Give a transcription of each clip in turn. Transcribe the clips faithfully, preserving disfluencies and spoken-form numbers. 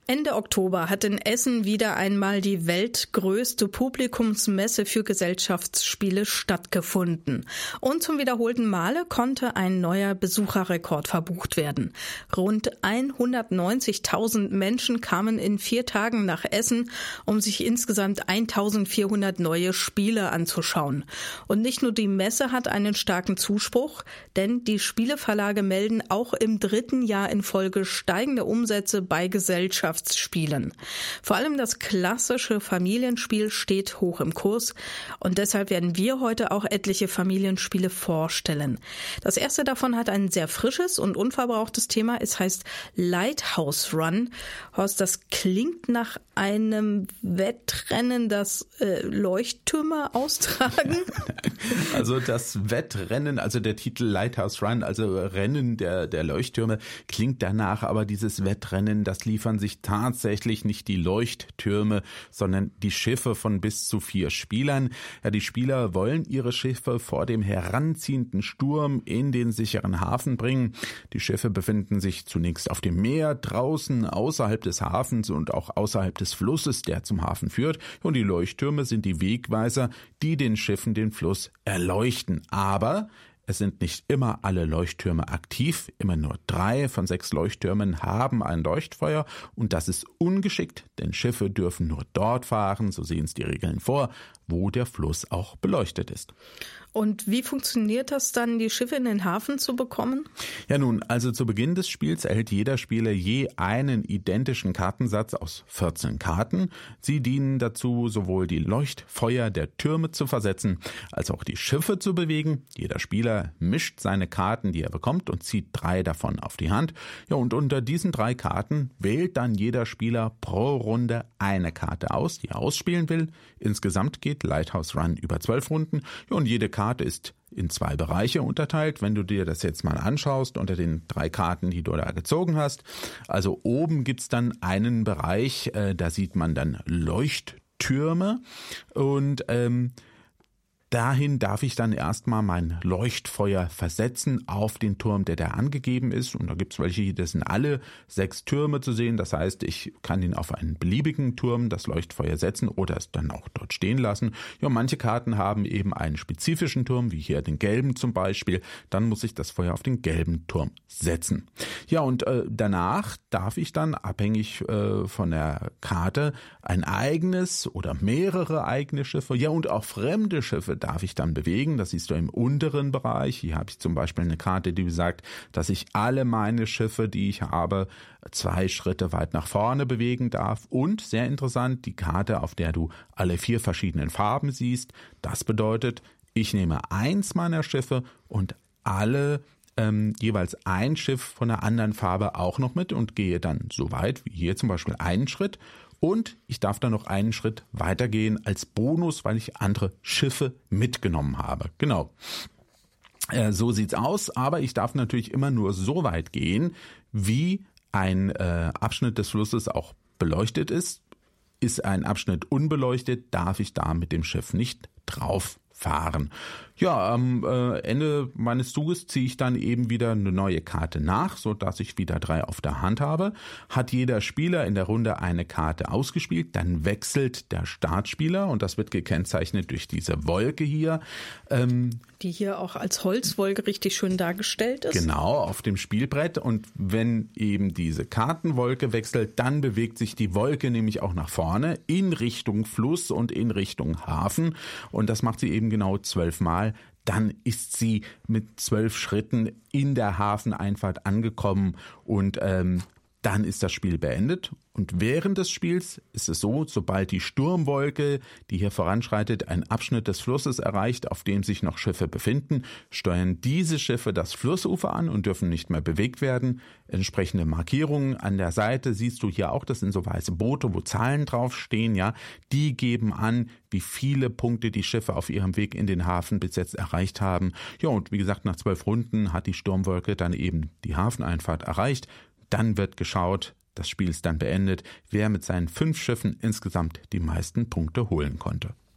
Ende Oktober hat in Essen wieder einmal die weltgrößte Publikumsmesse für Gesellschaftsspiele stattgefunden. Und zum wiederholten Male konnte ein neuer Besucherrekord verbucht werden. Rund hundertneunzigtausend Menschen kamen in vier Tagen nach Essen, um sich insgesamt eintausendvierhundert neue Spiele anzuschauen. Und nicht nur die Messe hat einen starken Zuspruch, denn die Spieleverlage melden auch im dritten Jahr in Folge steigende Umsätze bei Gesellschaftsspielen. Vor allem das klassische Familienspiel steht hoch im Kurs und deshalb werden wir heute auch etliche Familienspiele vorstellen. Das erste davon hat ein sehr frisches und unverbrauchtes Thema. Es heißt Lighthouse Run. Horst, das klingt nach einem Wettrennen, das äh, Leuchttürme austragen. Also das Wettrennen, also der Titel Lighthouse Run, also Rennen der, der Leuchttürme, klingt danach, aber dieses Wettrennen, das liefern sich tatsächlich nicht die Leuchttürme, sondern die Schiffe von bis zu vier Spielern. Ja, die Spieler wollen ihre Schiffe vor dem heranziehenden Sturm in den sicheren Hafen bringen. Die Schiffe befinden sich zunächst auf dem Meer, draußen, außerhalb des Hafens und auch außerhalb des Flusses, der zum Hafen führt. Und die Leuchttürme sind die Wegweiser, die den Schiffen den Fluss erleuchten. Aber es sind nicht immer alle Leuchttürme aktiv, immer nur drei von sechs Leuchttürmen haben ein Leuchtfeuer und das ist ungeschickt, denn Schiffe dürfen nur dort fahren, so sehen es die Regeln vor, wo der Fluss auch beleuchtet ist. Und wie funktioniert das dann, die Schiffe in den Hafen zu bekommen? Ja nun, also zu Beginn des Spiels erhält jeder Spieler je einen identischen Kartensatz aus vierzehn Karten. Sie dienen dazu, sowohl die Leuchtfeuer der Türme zu versetzen, als auch die Schiffe zu bewegen. Jeder Spieler mischt seine Karten, die er bekommt, und zieht drei davon auf die Hand. Ja, und unter diesen drei Karten wählt dann jeder Spieler pro Runde eine Karte aus, die er ausspielen will. Insgesamt geht Lighthouse Run über zwölf Runden, ja, und jede Karte ist in zwei Bereiche unterteilt. Wenn du dir das jetzt mal anschaust, unter den drei Karten, die du da gezogen hast, also oben gibt's dann einen Bereich, äh, da sieht man dann Leuchttürme und ähm, dahin darf ich dann erstmal mein Leuchtfeuer versetzen auf den Turm, der da angegeben ist. Und da gibt es welche, das sind alle sechs Türme zu sehen. Das heißt, ich kann ihn auf einen beliebigen Turm das Leuchtfeuer setzen oder es dann auch dort stehen lassen. Ja, manche Karten haben eben einen spezifischen Turm, wie hier den gelben zum Beispiel. Dann muss ich das Feuer auf den gelben Turm setzen. Ja, und äh, danach darf ich dann, abhängig äh, von der Karte, ein eigenes oder mehrere eigene Schiffe, ja und auch fremde Schiffe darf ich dann bewegen. Das siehst du im unteren Bereich. Hier habe ich zum Beispiel eine Karte, die besagt, dass ich alle meine Schiffe, die ich habe, zwei Schritte weit nach vorne bewegen darf. Und, sehr interessant, die Karte, auf der du alle vier verschiedenen Farben siehst. Das bedeutet, ich nehme eins meiner Schiffe und alle ähm, jeweils ein Schiff von einer anderen Farbe auch noch mit und gehe dann so weit, wie hier zum Beispiel einen Schritt. Und ich darf dann noch einen Schritt weitergehen als Bonus, weil ich andere Schiffe mitgenommen habe. Genau. Äh, so sieht's aus. Aber ich darf natürlich immer nur so weit gehen, wie ein äh, Abschnitt des Flusses auch beleuchtet ist. Ist ein Abschnitt unbeleuchtet, darf ich da mit dem Schiff nicht drauf fahren. Ja, am äh, Ende meines Zuges ziehe ich dann eben wieder eine neue Karte nach, so dass ich wieder drei auf der Hand habe. Hat jeder Spieler in der Runde eine Karte ausgespielt, dann wechselt der Startspieler und das wird gekennzeichnet durch diese Wolke hier. Ähm, Die hier auch als Holzwolke richtig schön dargestellt ist. Genau, auf dem Spielbrett. Und wenn eben diese Kartenwolke wechselt, dann bewegt sich die Wolke nämlich auch nach vorne in Richtung Fluss und in Richtung Hafen. Und das macht sie eben genau zwölfmal. Dann ist sie mit zwölf Schritten in der Hafeneinfahrt angekommen und ähm, dann ist das Spiel beendet. Und während des Spiels ist es so, sobald die Sturmwolke, die hier voranschreitet, einen Abschnitt des Flusses erreicht, auf dem sich noch Schiffe befinden, steuern diese Schiffe das Flussufer an und dürfen nicht mehr bewegt werden. Entsprechende Markierungen an der Seite siehst du hier auch, das sind so weiße Boote, wo Zahlen draufstehen, ja. Die geben an, wie viele Punkte die Schiffe auf ihrem Weg in den Hafen bis jetzt erreicht haben. Ja, und wie gesagt, nach zwölf Runden hat die Sturmwolke dann eben die Hafeneinfahrt erreicht. Dann wird geschaut, das Spiel ist dann beendet, wer mit seinen fünf Schiffen insgesamt die meisten Punkte holen konnte.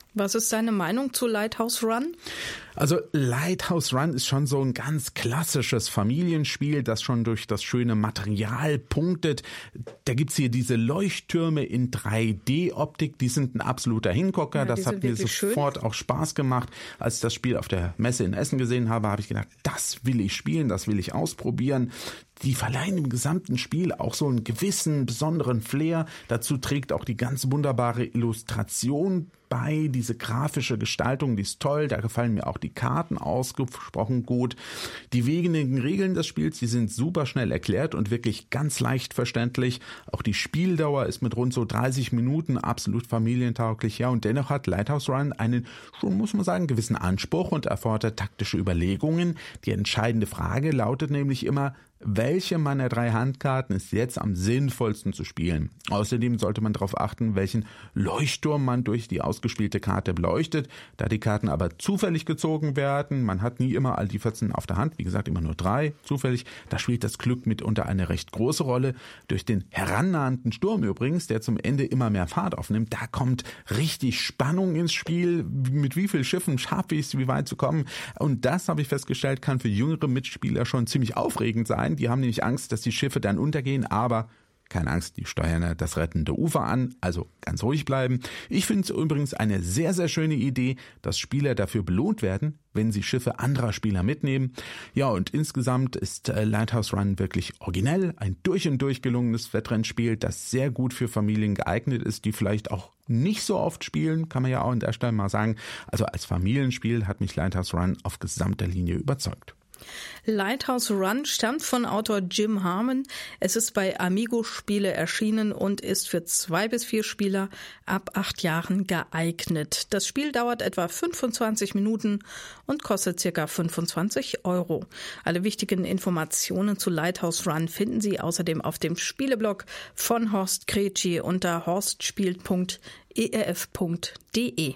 Was ist deine Meinung zu Lighthouse Run? Also Lighthouse Run ist schon so ein ganz klassisches Familienspiel, das schon durch das schöne Material punktet. Da gibt's hier diese Leuchttürme in drei D Optik, die sind ein absoluter Hingucker. Ja, das hat mir sofort schön. auch Spaß gemacht. Als ich das Spiel auf der Messe in Essen gesehen habe, habe ich gedacht, das will ich spielen, das will ich ausprobieren. Die verleihen im gesamten Spiel auch so einen gewissen besonderen Flair. Dazu trägt auch die ganz wunderbare Illustration bei, diese grafische Gestaltung, die ist toll. Da gefallen mir auch die Karten ausgesprochen gut. Die wenigen Regeln des Spiels, die sind super schnell erklärt und wirklich ganz leicht verständlich. Auch die Spieldauer ist mit rund so dreißig Minuten absolut familientauglich. Ja, und dennoch hat Lighthouse Run einen, schon muss man sagen, gewissen Anspruch und erfordert taktische Überlegungen. Die entscheidende Frage lautet nämlich immer, welche meiner drei Handkarten ist jetzt am sinnvollsten zu spielen? Außerdem sollte man darauf achten, welchen Leuchtturm man durch die ausgespielte Karte beleuchtet. Da die Karten aber zufällig gezogen werden, man hat nie immer all die vierzehn auf der Hand, wie gesagt immer nur drei, zufällig, da spielt das Glück mitunter eine recht große Rolle. Durch den herannahenden Sturm übrigens, der zum Ende immer mehr Fahrt aufnimmt, da kommt richtig Spannung ins Spiel. Mit wie vielen Schiffen schaffe ich es, wie weit zu kommen? Und das, habe ich festgestellt, kann für jüngere Mitspieler schon ziemlich aufregend sein. Die haben nämlich Angst, dass die Schiffe dann untergehen, aber keine Angst, die steuern das rettende Ufer an, also ganz ruhig bleiben. Ich finde es übrigens eine sehr, sehr schöne Idee, dass Spieler dafür belohnt werden, wenn sie Schiffe anderer Spieler mitnehmen. Ja, und insgesamt ist Lighthouse Run wirklich originell, ein durch und durch gelungenes Wettrennspiel, das sehr gut für Familien geeignet ist, die vielleicht auch nicht so oft spielen, kann man ja auch an der Stelle mal sagen. Also als Familienspiel hat mich Lighthouse Run auf gesamter Linie überzeugt. Lighthouse Run stammt von Autor Jim Harmon. Es ist bei Amigo Spiele erschienen und ist für zwei bis vier Spieler ab acht Jahren geeignet. Das Spiel dauert etwa fünfundzwanzig Minuten und kostet ca. fünfundzwanzig Euro. Alle wichtigen Informationen zu Lighthouse Run finden Sie außerdem auf dem Spieleblog von Horst Kretschi unter horstspielt punkt e r f punkt d e.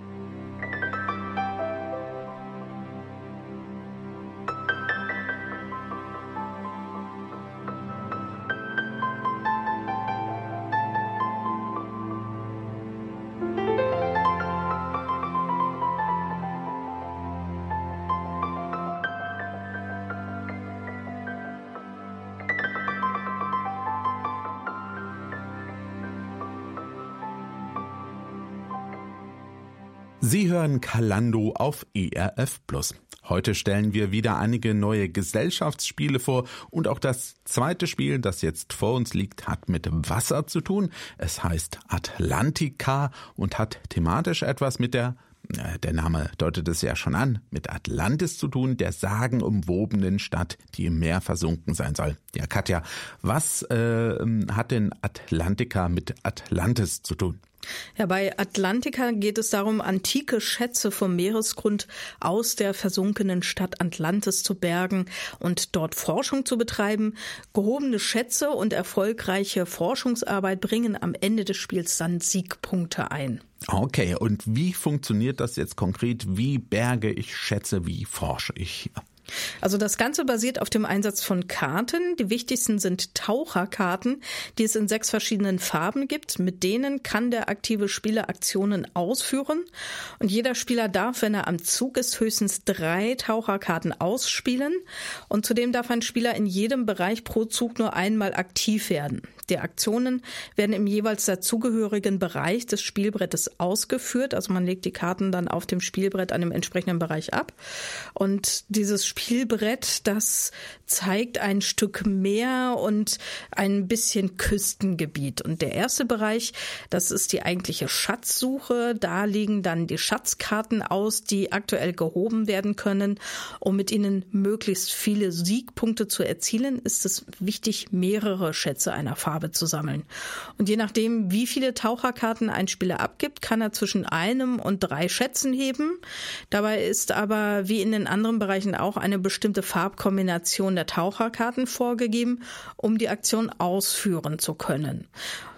Sie hören Kalando auf E R F Plus. Heute stellen wir wieder einige neue Gesellschaftsspiele vor und auch das zweite Spiel, das jetzt vor uns liegt, hat mit Wasser zu tun. Es heißt Atlantica und hat thematisch etwas mit der, äh, der Name deutet es ja schon an, mit Atlantis zu tun, der sagenumwobenen Stadt, die im Meer versunken sein soll. Ja, Katja, was äh, hat denn Atlantica mit Atlantis zu tun? Ja, bei Atlantica geht es darum, antike Schätze vom Meeresgrund aus der versunkenen Stadt Atlantis zu bergen und dort Forschung zu betreiben. Gehobene Schätze und erfolgreiche Forschungsarbeit bringen am Ende des Spiels dann Siegpunkte ein. Okay, und wie funktioniert das jetzt konkret? Wie berge ich Schätze? Wie forsche ich? Also das Ganze basiert auf dem Einsatz von Karten. Die wichtigsten sind Taucherkarten, die es in sechs verschiedenen Farben gibt. Mit denen kann der aktive Spieler Aktionen ausführen. Und jeder Spieler darf, wenn er am Zug ist, höchstens drei Taucherkarten ausspielen. Und zudem darf ein Spieler in jedem Bereich pro Zug nur einmal aktiv werden. Die Aktionen werden im jeweils dazugehörigen Bereich des Spielbrettes ausgeführt. Also man legt die Karten dann auf dem Spielbrett an dem entsprechenden Bereich ab. Und dieses Spielbrett, das zeigt ein Stück Meer und ein bisschen Küstengebiet. Und der erste Bereich, das ist die eigentliche Schatzsuche. Da liegen dann die Schatzkarten aus, die aktuell gehoben werden können. Um mit ihnen möglichst viele Siegpunkte zu erzielen, ist es wichtig, mehrere Schätze einer Farbe zu sammeln. Und je nachdem, wie viele Taucherkarten ein Spieler abgibt, kann er zwischen einem und drei Schätzen heben. Dabei ist aber, wie in den anderen Bereichen auch, eine bestimmte Farbkombination der Taucherkarten vorgegeben, um die Aktion ausführen zu können.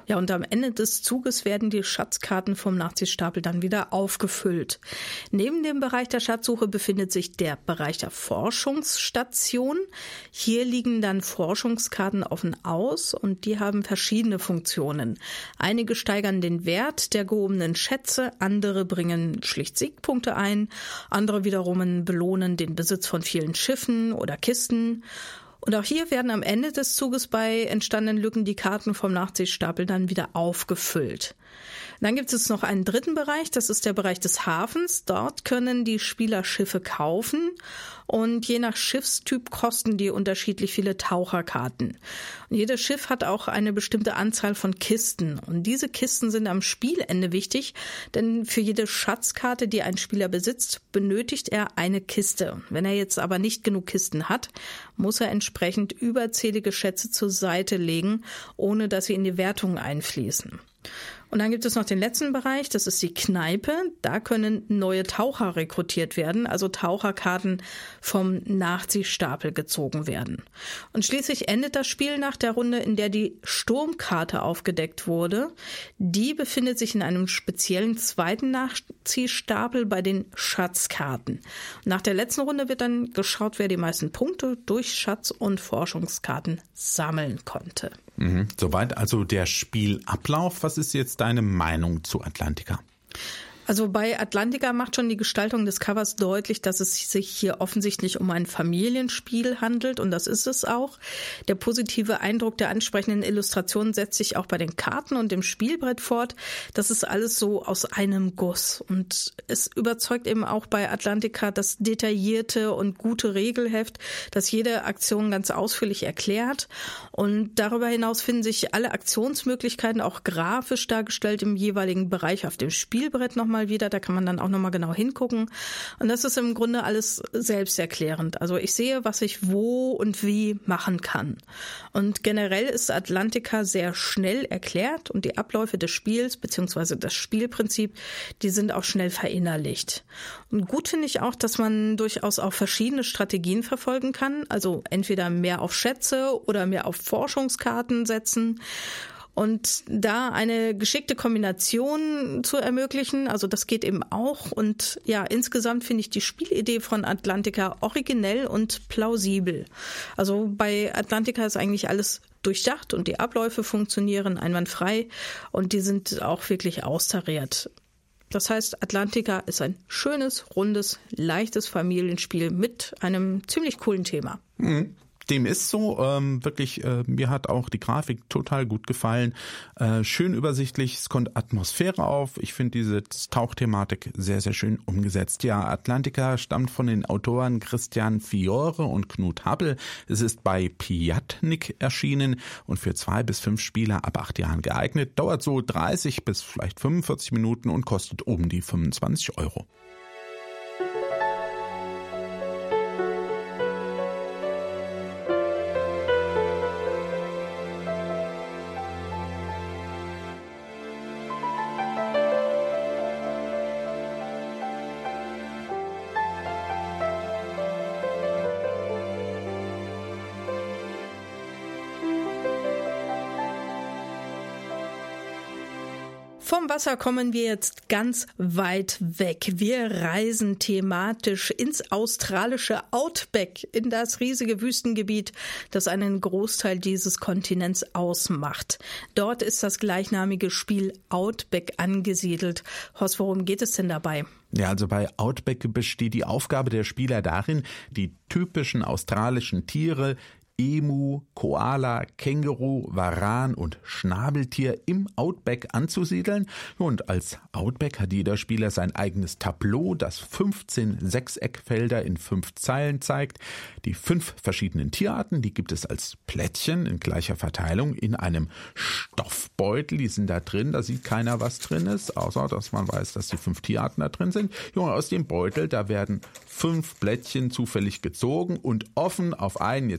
Ja, und am Ende des Zuges werden die Schatzkarten vom Nachziehstapel dann wieder aufgefüllt. Neben dem Bereich der Schatzsuche befindet sich der Bereich der Forschungsstation. Hier liegen dann Forschungskarten offen aus und die haben verschiedene Funktionen. Einige steigern den Wert der gehobenen Schätze, andere bringen schlicht Siegpunkte ein, andere wiederum belohnen den Besitz von vielen Schiffen oder Kisten. Und auch hier werden am Ende des Zuges bei entstandenen Lücken die Karten vom Nachziehstapel dann wieder aufgefüllt. Dann gibt es noch einen dritten Bereich, das ist der Bereich des Hafens. Dort können die Spieler Schiffe kaufen und je nach Schiffstyp kosten die unterschiedlich viele Taucherkarten. Und jedes Schiff hat auch eine bestimmte Anzahl von Kisten und diese Kisten sind am Spielende wichtig, denn für jede Schatzkarte, die ein Spieler besitzt, benötigt er eine Kiste. Wenn er jetzt aber nicht genug Kisten hat, muss er entsprechend überzählige Schätze zur Seite legen, ohne dass sie in die Wertung einfließen. Und dann gibt es noch den letzten Bereich, das ist die Kneipe. Da können neue Taucher rekrutiert werden, also Taucherkarten vom Nachziehstapel gezogen werden. Und schließlich endet das Spiel nach der Runde, in der die Sturmkarte aufgedeckt wurde. Die befindet sich in einem speziellen zweiten Nachziehstapel bei den Schatzkarten. Nach der letzten Runde wird dann geschaut, wer die meisten Punkte durch Schatz- und Forschungskarten sammeln konnte. Mhm. Soweit also der Spielablauf. Was ist jetzt deine Meinung zu Atlantica? Also bei Atlantica macht schon die Gestaltung des Covers deutlich, dass es sich hier offensichtlich um ein Familienspiel handelt und das ist es auch. Der positive Eindruck der ansprechenden Illustrationen setzt sich auch bei den Karten und dem Spielbrett fort. Das ist alles so aus einem Guss und es überzeugt eben auch bei Atlantica das detaillierte und gute Regelheft, das jede Aktion ganz ausführlich erklärt und darüber hinaus finden sich alle Aktionsmöglichkeiten auch grafisch dargestellt im jeweiligen Bereich auf dem Spielbrett nochmal mal wieder, da kann man dann auch nochmal genau hingucken. Und das ist im Grunde alles selbsterklärend. Also ich sehe, was ich wo und wie machen kann. Und generell ist Atlantica sehr schnell erklärt und die Abläufe des Spiels bzw. das Spielprinzip, die sind auch schnell verinnerlicht. Und gut finde ich auch, dass man durchaus auch verschiedene Strategien verfolgen kann. Also entweder mehr auf Schätze oder mehr auf Forschungskarten setzen. Und da eine geschickte Kombination zu ermöglichen, also das geht eben auch. Und ja, insgesamt finde ich die Spielidee von Atlantica originell und plausibel. Also bei Atlantica ist eigentlich alles durchdacht und die Abläufe funktionieren einwandfrei und die sind auch wirklich austariert. Das heißt, Atlantica ist ein schönes, rundes, leichtes Familienspiel mit einem ziemlich coolen Thema. Mhm. Dem ist so, ähm, wirklich, äh, mir hat auch die Grafik total gut gefallen. Äh, schön übersichtlich, es kommt Atmosphäre auf. Ich finde diese Tauchthematik sehr, sehr schön umgesetzt. Ja, Atlantica stammt von den Autoren Christian Fiore und Knut Happel. Es ist bei Piatnik erschienen und für zwei bis fünf Spieler ab acht Jahren geeignet. Dauert so dreißig bis vielleicht fünfundvierzig Minuten und kostet um die fünfundzwanzig Euro. Vom Wasser kommen wir jetzt ganz weit weg. Wir reisen thematisch ins australische Outback, in das riesige Wüstengebiet, das einen Großteil dieses Kontinents ausmacht. Dort ist das gleichnamige Spiel Outback angesiedelt. Horst, worum geht es denn dabei? Ja, also bei Outback besteht die Aufgabe der Spieler darin, die typischen australischen Tiere Emu, Koala, Känguru, Varan und Schnabeltier im Outback anzusiedeln. Und als Outback hat jeder Spieler sein eigenes Tableau, das fünfzehn Sechseckfelder in fünf Zeilen zeigt. Die fünf verschiedenen Tierarten, die gibt es als Plättchen in gleicher Verteilung in einem Stoffbeutel. Die sind da drin, da sieht keiner, was drin ist, außer dass man weiß, dass die fünf Tierarten da drin sind. Junge, aus dem Beutel, da werden fünf Plättchen zufällig gezogen und offen auf einen, jetzt kommt's,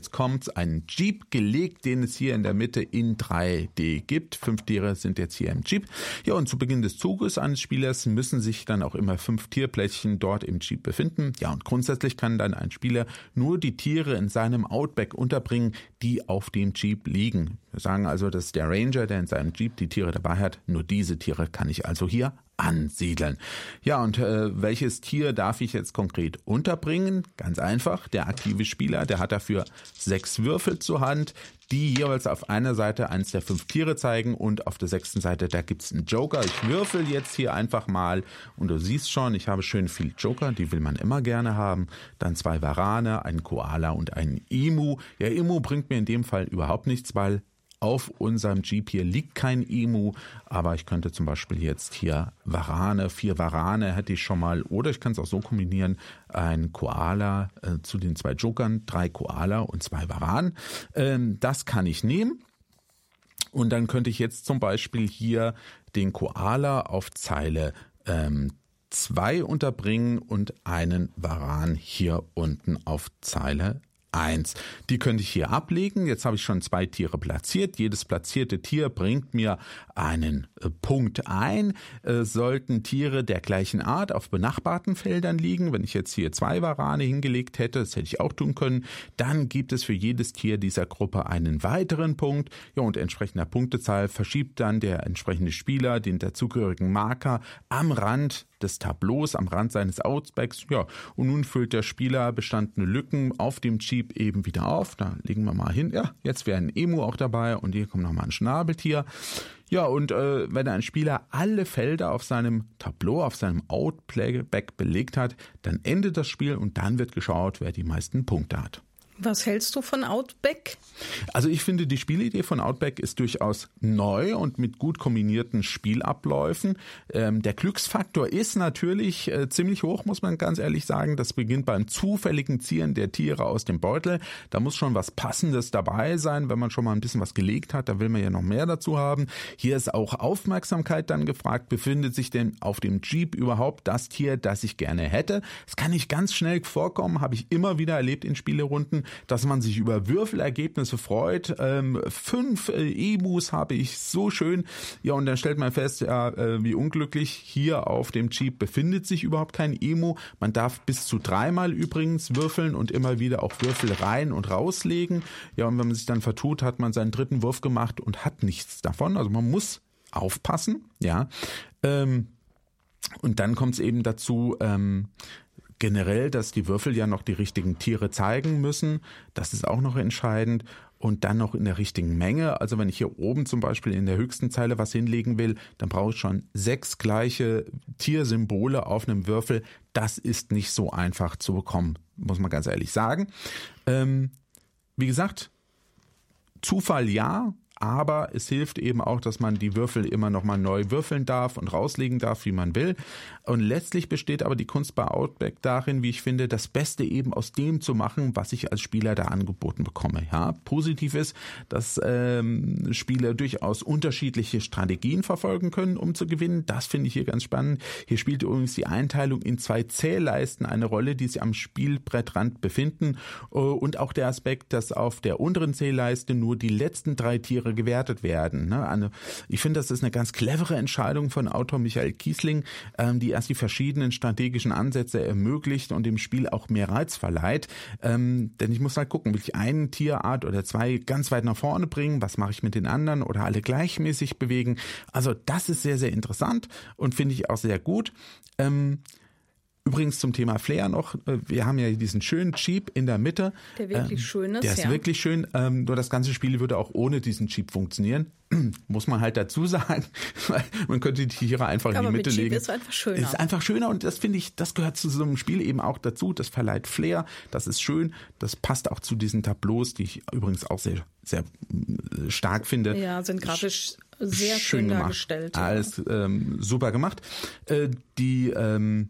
kurz einen Jeep gelegt, den es hier in der Mitte in drei D gibt. Fünf Tiere sind jetzt hier im Jeep. Ja, und zu Beginn des Zuges eines Spielers müssen sich dann auch immer fünf Tierplättchen dort im Jeep befinden. Ja, und grundsätzlich kann dann ein Spieler nur die Tiere in seinem Outback unterbringen, die auf dem Jeep liegen. Wir sagen also, dass der Ranger, der in seinem Jeep die Tiere dabei hat, nur diese Tiere kann ich also hier ansiedeln. Ja, und äh, welches Tier darf ich jetzt konkret unterbringen? Ganz einfach, der aktive Spieler, der hat dafür sechs Würfel zur Hand, die jeweils auf einer Seite eins der fünf Tiere zeigen und auf der sechsten Seite, da gibt's einen Joker. Ich würfel jetzt hier einfach mal und du siehst schon, ich habe schön viel Joker, die will man immer gerne haben. Dann zwei Warane, einen Koala und einen Emu. Ja, Emu bringt mir in dem Fall überhaupt nichts, weil auf unserem Jeep hier liegt kein Emu, aber ich könnte zum Beispiel jetzt hier Warane, vier Warane hätte ich schon mal, oder ich kann es auch so kombinieren, ein Koala äh, zu den zwei Jokern, drei Koala und zwei Waranen. Ähm, das kann ich nehmen. Und dann könnte ich jetzt zum Beispiel hier den Koala auf Zeile ähm, zwei unterbringen und einen Varan hier unten auf Zeile eins. Die könnte ich hier ablegen. Jetzt habe ich schon zwei Tiere platziert. Jedes platzierte Tier bringt mir einen äh, Punkt ein. Äh, sollten Tiere der gleichen Art auf benachbarten Feldern liegen, wenn ich jetzt hier zwei Warane hingelegt hätte, das hätte ich auch tun können, dann gibt es für jedes Tier dieser Gruppe einen weiteren Punkt. Ja, und entsprechender Punktezahl verschiebt dann der entsprechende Spieler den dazugehörigen Marker am Rand des Tableaus, am Rand seines Outbacks. Ja, und nun füllt der Spieler bestandene Lücken auf dem Jeep eben wieder auf. Da legen wir mal hin. Ja, jetzt wäre ein Emu auch dabei und hier kommt nochmal ein Schnabeltier. Ja, und äh, wenn ein Spieler alle Felder auf seinem Tableau, auf seinem Outback belegt hat, dann endet das Spiel und dann wird geschaut, wer die meisten Punkte hat. Was hältst du von Outback? Also ich finde, die Spielidee von Outback ist durchaus neu und mit gut kombinierten Spielabläufen. Ähm, der Glücksfaktor ist natürlich äh, ziemlich hoch, muss man ganz ehrlich sagen. Das beginnt beim zufälligen Ziehen der Tiere aus dem Beutel. Da muss schon was Passendes dabei sein, wenn man schon mal ein bisschen was gelegt hat. Da will man ja noch mehr dazu haben. Hier ist auch Aufmerksamkeit dann gefragt. Befindet sich denn auf dem Jeep überhaupt das Tier, das ich gerne hätte? Das kann nicht ganz schnell vorkommen, habe ich immer wieder erlebt in Spielerunden, dass man sich über Würfelergebnisse freut. Ähm, fünf äh, Emus habe ich, so schön. Ja, und dann stellt man fest, ja, äh, wie unglücklich, hier auf dem Jeep befindet sich überhaupt kein Emu. Man darf bis zu dreimal übrigens würfeln und immer wieder auch Würfel rein und rauslegen. Ja, und wenn man sich dann vertut, hat man seinen dritten Wurf gemacht und hat nichts davon. Also man muss aufpassen, ja. Ähm, und dann kommt es eben dazu, ähm, generell, dass die Würfel ja noch die richtigen Tiere zeigen müssen. Das ist auch noch entscheidend. Und dann noch in der richtigen Menge. Also wenn ich hier oben zum Beispiel in der höchsten Zeile was hinlegen will, dann brauche ich schon sechs gleiche Tiersymbole auf einem Würfel. Das ist nicht so einfach zu bekommen, muss man ganz ehrlich sagen. Ähm, wie gesagt, Zufall ja. Aber es hilft eben auch, dass man die Würfel immer nochmal neu würfeln darf und rauslegen darf, wie man will. Und letztlich besteht aber die Kunst bei Outback darin, wie ich finde, das Beste eben aus dem zu machen, was ich als Spieler da angeboten bekomme. Ja, positiv ist, dass ähm, Spieler durchaus unterschiedliche Strategien verfolgen können, um zu gewinnen. Das finde ich hier ganz spannend. Hier spielt übrigens die Einteilung in zwei Zählleisten eine Rolle, die sich am Spielbrettrand befinden. Und auch der Aspekt, dass auf der unteren Zählleiste nur die letzten drei Tiere gewertet werden. Ich finde, das ist eine ganz clevere Entscheidung von Autor Michael Kiesling, die erst die verschiedenen strategischen Ansätze ermöglicht und dem Spiel auch mehr Reiz verleiht. Denn ich muss halt gucken, will ich eine Tierart oder zwei ganz weit nach vorne bringen? Was mache ich mit den anderen? Oder alle gleichmäßig bewegen? Also das ist sehr, sehr interessant und finde ich auch sehr gut. Übrigens zum Thema Flair noch, wir haben ja diesen schönen Jeep in der Mitte. Der wirklich ähm, schön ist, Der ist ja. wirklich schön, ähm, nur das ganze Spiel würde auch ohne diesen Jeep funktionieren. Muss man halt dazu sagen, weil man könnte die Tiere einfach Aber in die Mitte mit Jeep legen. ist einfach schöner. Ist einfach schöner und das finde ich, das gehört zu so einem Spiel eben auch dazu. Das verleiht Flair, das ist schön, das passt auch zu diesen Tableaus, die ich übrigens auch sehr, sehr stark finde. Ja, sind grafisch sehr schön, schön dargestellt. Ja. Alles ähm, super gemacht. Äh, die ähm,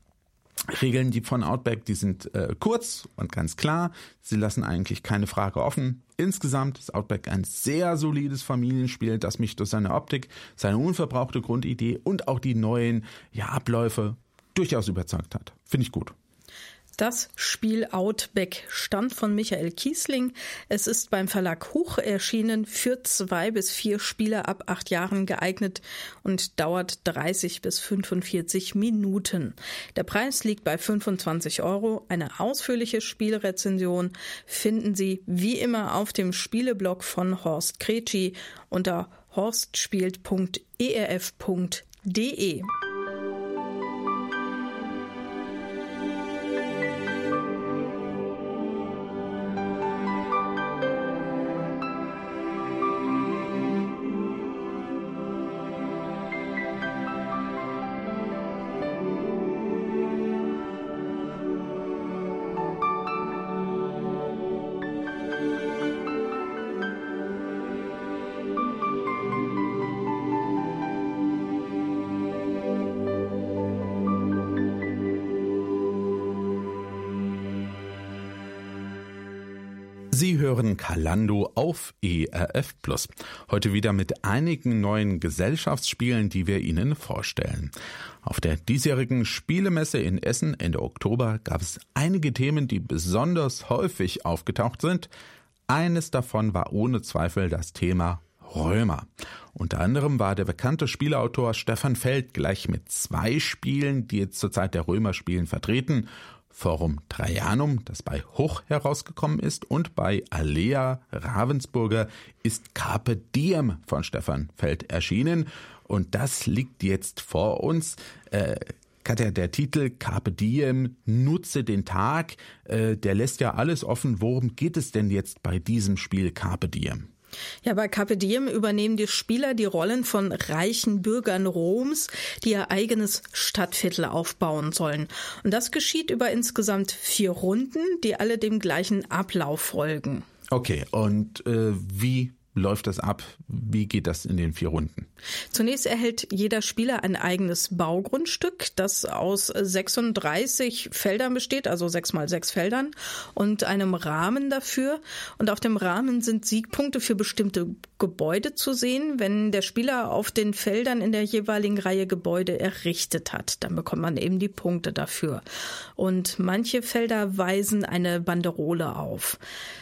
Regeln, die von Outback, die sind äh, kurz und ganz klar. Sie lassen eigentlich keine Frage offen. Insgesamt ist Outback ein sehr solides Familienspiel, das mich durch seine Optik, seine unverbrauchte Grundidee und auch die neuen ja, Abläufe durchaus überzeugt hat. Finde ich gut. Das Spiel Outback stammt von Michael Kiesling. Es ist beim Verlag Huch erschienen, für zwei bis vier Spieler ab acht Jahren geeignet und dauert dreißig bis fünfundvierzig Minuten. Der Preis liegt bei fünfundzwanzig Euro. Eine ausführliche Spielrezension finden Sie wie immer auf dem Spieleblog von Horst Kretschi unter horstspielt punkt e r f punkt d e. Sie hören Kalando auf E R F Plus. Heute wieder mit einigen neuen Gesellschaftsspielen, die wir Ihnen vorstellen. Auf der diesjährigen Spielemesse in Essen Ende Oktober gab es einige Themen, die besonders häufig aufgetaucht sind. Eines davon war ohne Zweifel das Thema Römer. Unter anderem war der bekannte Spieleautor Stefan Feld gleich mit zwei Spielen, die jetzt zur Zeit der Römerspielen vertreten. Forum Trajanum, das bei Huch herausgekommen ist, und bei Alea Ravensburger ist Carpe Diem von Stefan Feld erschienen. Und das liegt jetzt vor uns. Äh, Katja, der Titel Carpe Diem, nutze den Tag, äh, der lässt ja alles offen. Worum geht es denn jetzt bei diesem Spiel Carpe Diem? Ja, bei Carpe Diem übernehmen die Spieler die Rollen von reichen Bürgern Roms, die ihr eigenes Stadtviertel aufbauen sollen. Und das geschieht über insgesamt vier Runden, die alle dem gleichen Ablauf folgen. Okay, und äh, wie läuft das ab? Wie geht das in den vier Runden? Zunächst erhält jeder Spieler ein eigenes Baugrundstück, das aus sechsunddreißig Feldern besteht, also sechs mal sechs Feldern, und einem Rahmen dafür. Und auf dem Rahmen sind Siegpunkte für bestimmte Gebäude zu sehen. Wenn der Spieler auf den Feldern in der jeweiligen Reihe Gebäude errichtet hat, dann bekommt man eben die Punkte dafür. Und manche Felder weisen eine Banderole auf.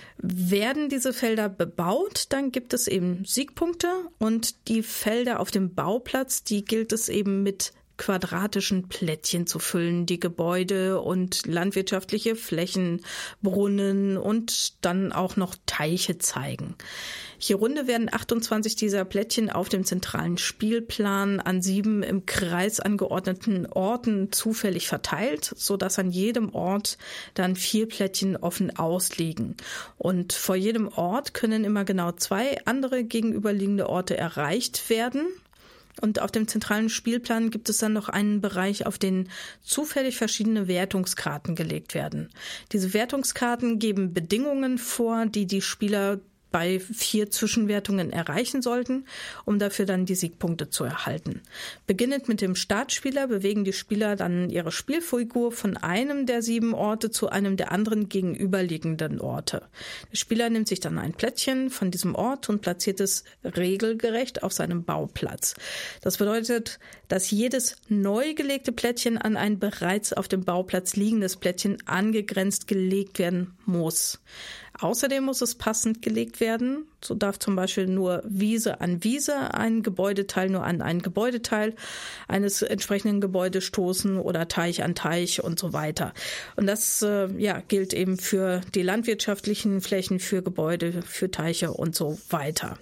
Werden diese Felder bebaut, dann gibt es eben Siegpunkte, und die Felder auf dem Bauplatz, die gilt es eben mit quadratischen Plättchen zu füllen, die Gebäude und landwirtschaftliche Flächen, Brunnen und dann auch noch Teiche zeigen. Je Runde werden achtundzwanzig dieser Plättchen auf dem zentralen Spielplan an sieben im Kreis angeordneten Orten zufällig verteilt, sodass an jedem Ort dann vier Plättchen offen ausliegen. Und vor jedem Ort können immer genau zwei andere gegenüberliegende Orte erreicht werden. Und auf dem zentralen Spielplan gibt es dann noch einen Bereich, auf den zufällig verschiedene Wertungskarten gelegt werden. Diese Wertungskarten geben Bedingungen vor, die die Spieler bei vier Zwischenwertungen erreichen sollten, um dafür dann die Siegpunkte zu erhalten. Beginnend mit dem Startspieler bewegen die Spieler dann ihre Spielfigur von einem der sieben Orte zu einem der anderen gegenüberliegenden Orte. Der Spieler nimmt sich dann ein Plättchen von diesem Ort und platziert es regelgerecht auf seinem Bauplatz. Das bedeutet, dass jedes neu gelegte Plättchen an ein bereits auf dem Bauplatz liegendes Plättchen angegrenzt gelegt werden muss. Außerdem muss es passend gelegt werden. So darf zum Beispiel nur Wiese an Wiese, ein Gebäudeteil nur an ein Gebäudeteil eines entsprechenden Gebäudes stoßen oder Teich an Teich und so weiter. Und das äh, ja, gilt eben für die landwirtschaftlichen Flächen, für Gebäude, für Teiche und so weiter.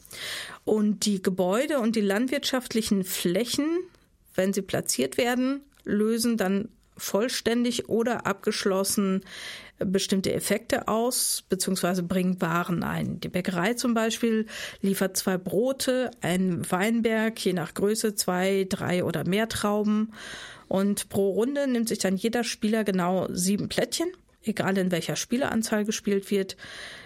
Und die Gebäude und die landwirtschaftlichen Flächen, wenn sie platziert werden, lösen dann vollständig oder abgeschlossen bestimmte Effekte aus bzw. bringen Waren ein. Die Bäckerei zum Beispiel liefert zwei Brote, ein Weinberg, je nach Größe zwei, drei oder mehr Trauben. Und pro Runde nimmt sich dann jeder Spieler genau sieben Plättchen, egal in welcher Spieleranzahl gespielt wird.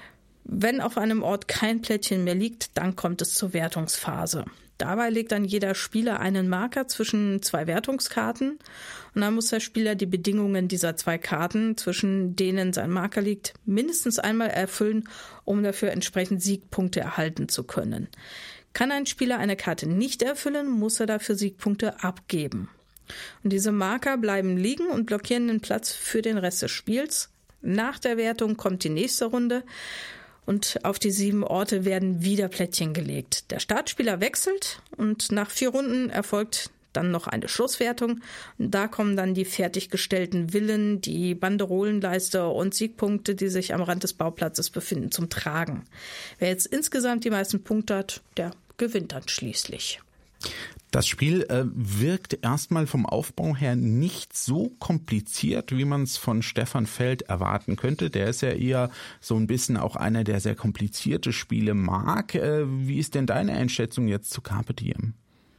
Wenn auf einem Ort kein Plättchen mehr liegt, dann kommt es zur Wertungsphase. Dabei legt dann jeder Spieler einen Marker zwischen zwei Wertungskarten, und dann muss der Spieler die Bedingungen dieser zwei Karten, zwischen denen sein Marker liegt, mindestens einmal erfüllen, um dafür entsprechend Siegpunkte erhalten zu können. Kann ein Spieler eine Karte nicht erfüllen, muss er dafür Siegpunkte abgeben. Und diese Marker bleiben liegen und blockieren den Platz für den Rest des Spiels. Nach der Wertung kommt die nächste Runde und auf die sieben Orte werden wieder Plättchen gelegt. Der Startspieler wechselt und nach vier Runden erfolgt dann noch eine Schlusswertung. Und da kommen dann die fertiggestellten Villen, die Banderolenleiste und Siegpunkte, die sich am Rand des Bauplatzes befinden, zum Tragen. Wer jetzt insgesamt die meisten Punkte hat, der gewinnt dann schließlich. Das Spiel äh, wirkt erstmal vom Aufbau her nicht so kompliziert, wie man es von Stefan Feld erwarten könnte. Der ist ja eher so ein bisschen auch einer, der sehr komplizierte Spiele mag. Äh, wie ist denn deine Einschätzung jetzt zu Carpe Diem?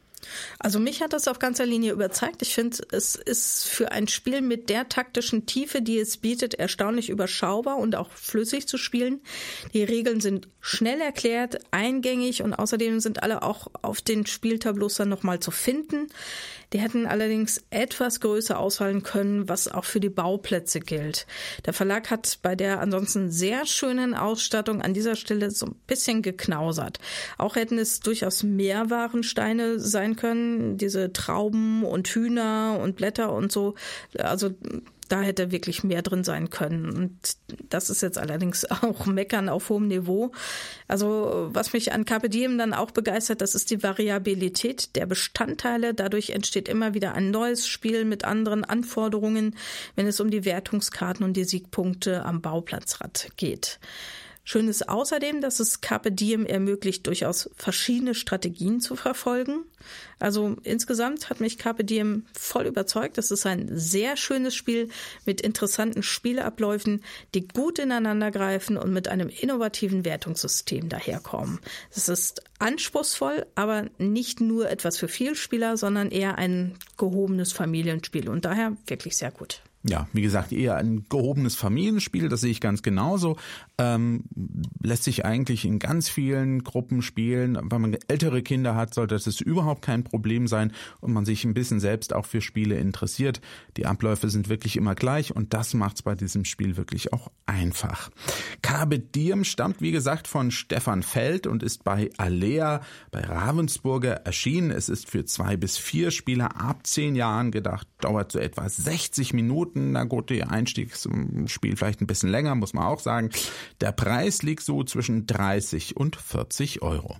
Also mich hat das auf ganzer Linie überzeugt. Ich finde, es ist für ein Spiel mit der taktischen Tiefe, die es bietet, erstaunlich überschaubar und auch flüssig zu spielen. Die Regeln sind schnell erklärt, eingängig und außerdem sind alle auch auf den Spieltableaus dann nochmal zu finden. Die hätten allerdings etwas größer ausfallen können, was auch für die Bauplätze gilt. Der Verlag hat bei der ansonsten sehr schönen Ausstattung an dieser Stelle so ein bisschen geknausert. Auch hätten es durchaus Mehrwarensteine sein können, diese Trauben und Hühner und Blätter und so. Also da hätte wirklich mehr drin sein können. Und das ist jetzt allerdings auch Meckern auf hohem Niveau. Also was mich an Carpe Diem dann auch begeistert, das ist die Variabilität der Bestandteile. Dadurch entsteht immer wieder ein neues Spiel mit anderen Anforderungen, wenn es um die Wertungskarten und die Siegpunkte am Bauplatzrad geht. Schön ist außerdem, dass es Carpe Diem ermöglicht, durchaus verschiedene Strategien zu verfolgen. Also insgesamt hat mich Carpe Diem voll überzeugt. Das ist ein sehr schönes Spiel mit interessanten Spielabläufen, die gut ineinander greifen und mit einem innovativen Wertungssystem daherkommen. Es ist anspruchsvoll, aber nicht nur etwas für Vielspieler, sondern eher ein gehobenes Familienspiel und daher wirklich sehr gut. Ja, wie gesagt, eher ein gehobenes Familienspiel, das sehe ich ganz genauso. Ähm, lässt sich eigentlich in ganz vielen Gruppen spielen. Wenn man ältere Kinder hat, sollte das überhaupt kein Problem sein und man sich ein bisschen selbst auch für Spiele interessiert. Die Abläufe sind wirklich immer gleich und das macht es bei diesem Spiel wirklich auch einfach. Carpe Diem stammt, wie gesagt, von Stefan Feld und ist bei Alea, bei Ravensburger erschienen. Es ist für zwei bis vier Spieler ab zehn Jahren gedacht, dauert so etwa sechzig Minuten. Na gut, der Einstiegsspiel vielleicht ein bisschen länger, muss man auch sagen. Der Preis liegt so zwischen dreißig und vierzig Euro.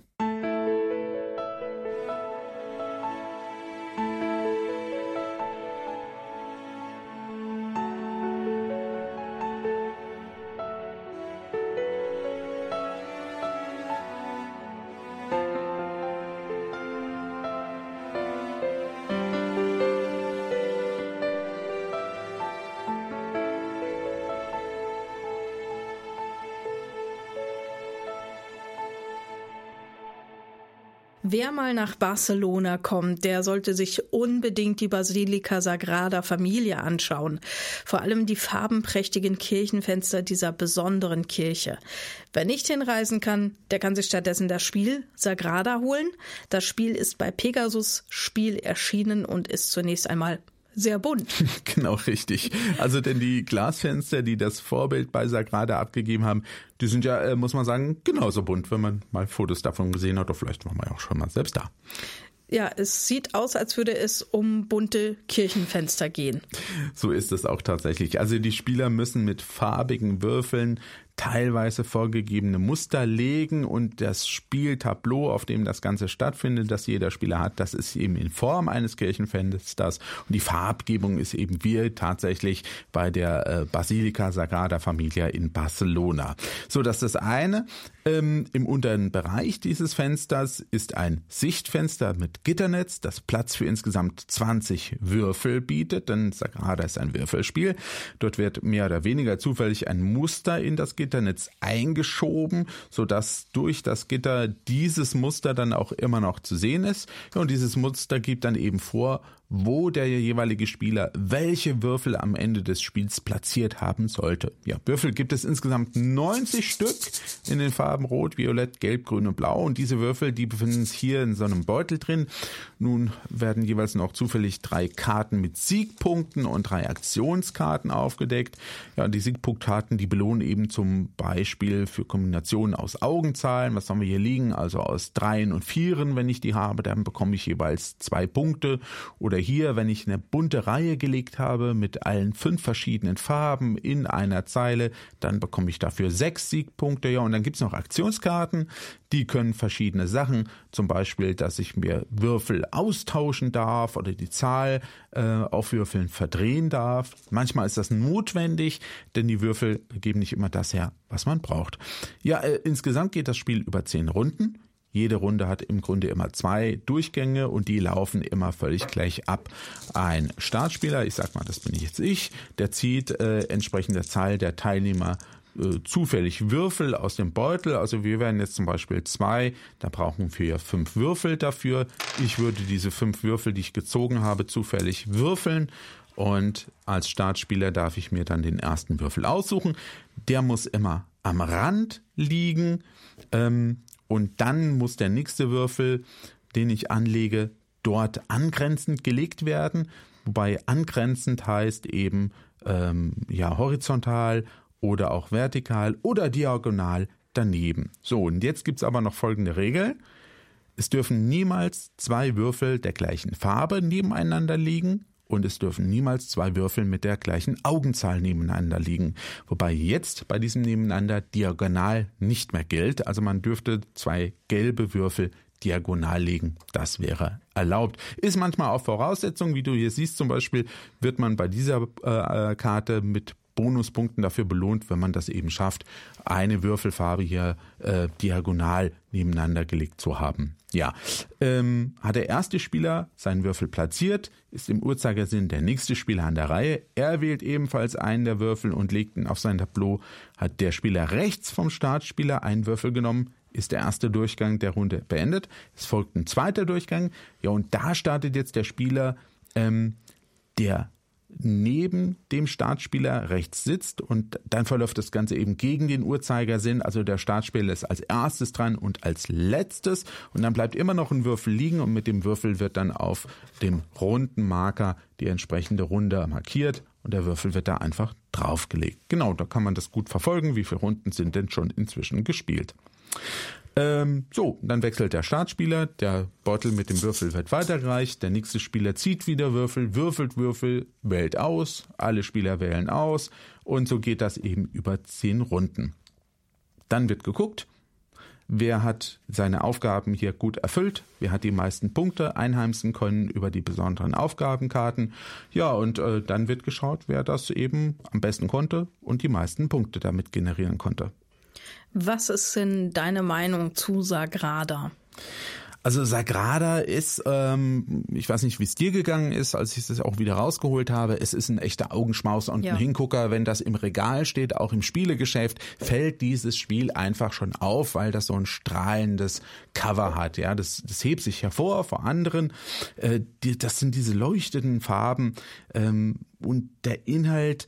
Wer mal nach Barcelona kommt, der sollte sich unbedingt die Basilica Sagrada Familia anschauen. Vor allem die farbenprächtigen Kirchenfenster dieser besonderen Kirche. Wer nicht hinreisen kann, der kann sich stattdessen das Spiel Sagrada holen. Das Spiel ist bei Pegasus Spiel erschienen und ist zunächst einmal sehr bunt. Genau, richtig. Also denn die Glasfenster, die das Vorbild bei Sagrada abgegeben haben, die sind ja, äh, muss man sagen, genauso bunt, wenn man mal Fotos davon gesehen hat. Oder vielleicht war man ja auch schon mal selbst da. Ja, es sieht aus, als würde es um bunte Kirchenfenster gehen. So ist es auch tatsächlich. Also die Spieler müssen mit farbigen Würfeln teilweise vorgegebene Muster legen und das Spieltableau, auf dem das Ganze stattfindet, das jeder Spieler hat, das ist eben in Form eines Kirchenfensters und die Farbgebung ist eben wie tatsächlich bei der äh, Basilica Sagrada Familia in Barcelona. So, dass das eine ähm, im unteren Bereich dieses Fensters ist ein Sichtfenster mit Gitternetz, das Platz für insgesamt zwanzig Würfel bietet, denn Sagrada ist ein Würfelspiel. Dort wird mehr oder weniger zufällig ein Muster in das Gitternetz eingeschoben, sodass durch das Gitter dieses Muster dann auch immer noch zu sehen ist. Und dieses Muster gibt dann eben vor, wo der jeweilige Spieler welche Würfel am Ende des Spiels platziert haben sollte. Ja, Würfel gibt es insgesamt neunzig Stück in den Farben Rot, Violett, Gelb, Grün und Blau. Und diese Würfel, die befinden sich hier in so einem Beutel drin. Nun werden jeweils noch zufällig drei Karten mit Siegpunkten und drei Aktionskarten aufgedeckt. Ja, die Siegpunktkarten, die belohnen eben zum Beispiel für Kombinationen aus Augenzahlen. Was haben wir hier liegen? Also aus Dreien und Vieren, wenn ich die habe, dann bekomme ich jeweils zwei Punkte. Oder hier, wenn ich eine bunte Reihe gelegt habe mit allen fünf verschiedenen Farben in einer Zeile, dann bekomme ich dafür sechs Siegpunkte. Ja, und dann gibt es noch Aktionskarten, die können verschiedene Sachen, zum Beispiel, dass ich mir Würfel austauschen darf oder die Zahl äh, auf Würfeln verdrehen darf. Manchmal ist das notwendig, denn die Würfel geben nicht immer das her, was man braucht. Ja, äh, insgesamt geht das Spiel über zehn Runden. Jede Runde hat im Grunde immer zwei Durchgänge und die laufen immer völlig gleich ab. Ein Startspieler, ich sag mal, das bin ich jetzt ich, der zieht äh, entsprechend der Zahl der Teilnehmer zufällig Würfel aus dem Beutel. Also wir wären jetzt zum Beispiel zwei, da brauchen wir fünf Würfel dafür. Ich würde diese fünf Würfel, die ich gezogen habe, zufällig würfeln und als Startspieler darf ich mir dann den ersten Würfel aussuchen. Der muss immer am Rand liegen ähm, und dann muss der nächste Würfel, den ich anlege, dort angrenzend gelegt werden. Wobei angrenzend heißt eben ähm, ja horizontal oder auch vertikal oder diagonal daneben. So, und jetzt gibt es aber noch folgende Regel. Es dürfen niemals zwei Würfel der gleichen Farbe nebeneinander liegen und es dürfen niemals zwei Würfel mit der gleichen Augenzahl nebeneinander liegen. Wobei jetzt bei diesem Nebeneinander diagonal nicht mehr gilt. Also man dürfte zwei gelbe Würfel diagonal legen. Das wäre erlaubt. Ist manchmal auch Voraussetzung, wie du hier siehst, zum Beispiel wird man bei dieser äh, Karte mit Bonuspunkten dafür belohnt, wenn man das eben schafft, eine Würfelfarbe hier äh, diagonal nebeneinander gelegt zu haben. Ja, ähm, hat der erste Spieler seinen Würfel platziert, ist im Uhrzeigersinn der nächste Spieler an der Reihe. Er wählt ebenfalls einen der Würfel und legt ihn auf sein Tableau. Hat der Spieler rechts vom Startspieler einen Würfel genommen, ist der erste Durchgang der Runde beendet. Es folgt ein zweiter Durchgang. Ja, und da startet jetzt der Spieler, ähm, der neben dem Startspieler rechts sitzt und dann verläuft das Ganze eben gegen den Uhrzeigersinn, also der Startspieler ist als erstes dran und als letztes und dann bleibt immer noch ein Würfel liegen und mit dem Würfel wird dann auf dem runden Marker die entsprechende Runde markiert und der Würfel wird da einfach draufgelegt. Genau, da kann man das gut verfolgen, wie viele Runden sind denn schon inzwischen gespielt. Ähm, so, dann wechselt der Startspieler, der Beutel mit dem Würfel wird weitergereicht, der nächste Spieler zieht wieder Würfel, würfelt Würfel, wählt aus, alle Spieler wählen aus und so geht das eben über zehn Runden. Dann wird geguckt, wer hat seine Aufgaben hier gut erfüllt, wer hat die meisten Punkte einheimsen können über die besonderen Aufgabenkarten. Ja, und äh, dann wird geschaut, wer das eben am besten konnte und die meisten Punkte damit generieren konnte. Was ist denn deine Meinung zu Sagrada? Also Sagrada ist, ähm, ich weiß nicht, wie es dir gegangen ist, als ich das auch wieder rausgeholt habe, es ist ein echter Augenschmaus und ja. ein Hingucker. Wenn das im Regal steht, auch im Spielegeschäft, fällt dieses Spiel einfach schon auf, weil das so ein strahlendes Cover hat. Ja, das, das hebt sich hervor vor anderen. Äh, die, das sind diese leuchtenden Farben ähm, und der Inhalt.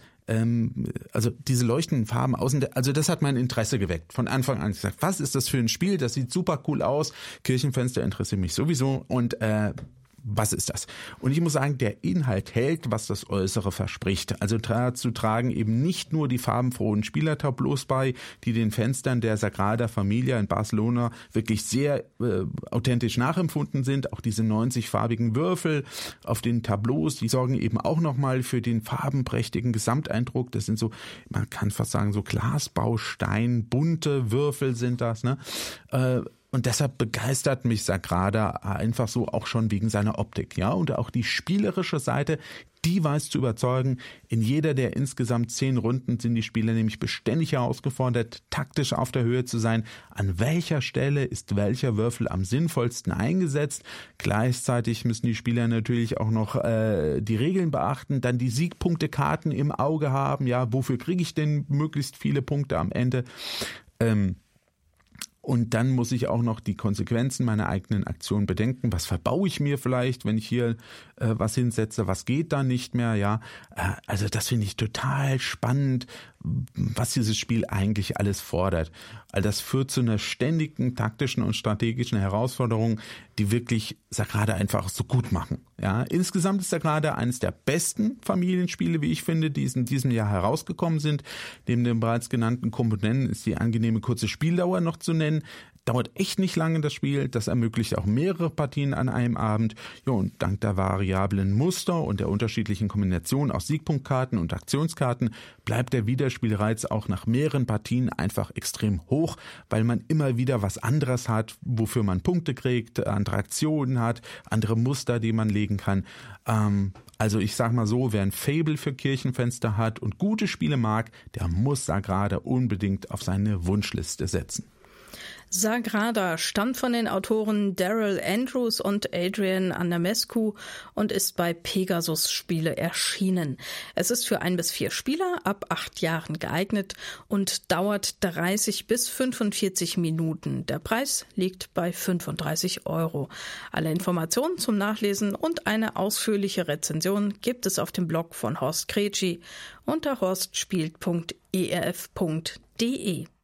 Also diese leuchtenden Farben außen, also das hat mein Interesse geweckt. Von Anfang an gesagt, was ist das für ein Spiel? Das sieht super cool aus. Kirchenfenster interessiert mich sowieso und äh, was ist das? Und ich muss sagen, der Inhalt hält, was das Äußere verspricht. Also dazu tragen eben nicht nur die farbenfrohen Spielertableaus bei, die den Fenstern der Sagrada Familia in Barcelona wirklich sehr äh, authentisch nachempfunden sind. Auch diese neunzig-farbigen Würfel auf den Tableaus, die sorgen eben auch nochmal für den farbenprächtigen Gesamteindruck. Das sind so, man kann fast sagen, so Glasbaustein, bunte Würfel sind das, ne? Äh, Und deshalb begeistert mich Sagrada einfach so auch schon wegen seiner Optik, ja. Und auch die spielerische Seite, die weiß zu überzeugen. In jeder der insgesamt zehn Runden sind die Spieler nämlich beständig herausgefordert, taktisch auf der Höhe zu sein. An welcher Stelle ist welcher Würfel am sinnvollsten eingesetzt? Gleichzeitig müssen die Spieler natürlich auch noch äh, die Regeln beachten, dann die Siegpunktekarten im Auge haben. Ja, wofür kriege ich denn möglichst viele Punkte am Ende? Ähm, Und dann muss ich auch noch die Konsequenzen meiner eigenen Aktion bedenken. Was verbaue ich mir vielleicht, wenn ich hier äh, was hinsetze? Was geht da nicht mehr? Ja, äh, also das finde ich total spannend, was dieses Spiel eigentlich alles fordert. All das führt zu einer ständigen taktischen und strategischen Herausforderung, die wirklich Sagrada einfach so gut machen. Ja, insgesamt ist Sagrada eines der besten Familienspiele, wie ich finde, die in diesem Jahr herausgekommen sind. Neben den bereits genannten Komponenten ist die angenehme kurze Spieldauer noch zu nennen. Dauert echt nicht lange das Spiel, das ermöglicht auch mehrere Partien an einem Abend. Ja, und dank der variablen Muster und der unterschiedlichen Kombination aus Siegpunktkarten und Aktionskarten bleibt der Wiederspielreiz auch nach mehreren Partien einfach extrem hoch, weil man immer wieder was anderes hat, wofür man Punkte kriegt, andere Aktionen hat, andere Muster, die man legen kann. Ähm, also ich sag mal so, wer ein Faible für Kirchenfenster hat und gute Spiele mag, der muss Sagrada unbedingt auf seine Wunschliste setzen. Sagrada stammt von den Autoren Daryl Andrews und Adrian Andamescu und ist bei Pegasus Spiele erschienen. Es ist für ein bis vier Spieler ab acht Jahren geeignet und dauert dreißig bis fünfundvierzig Minuten. Der Preis liegt bei fünfunddreißig Euro. Alle Informationen zum Nachlesen und eine ausführliche Rezension gibt es auf dem Blog von Horst Kretschi unter horstspielt punkt e r f punkt d e.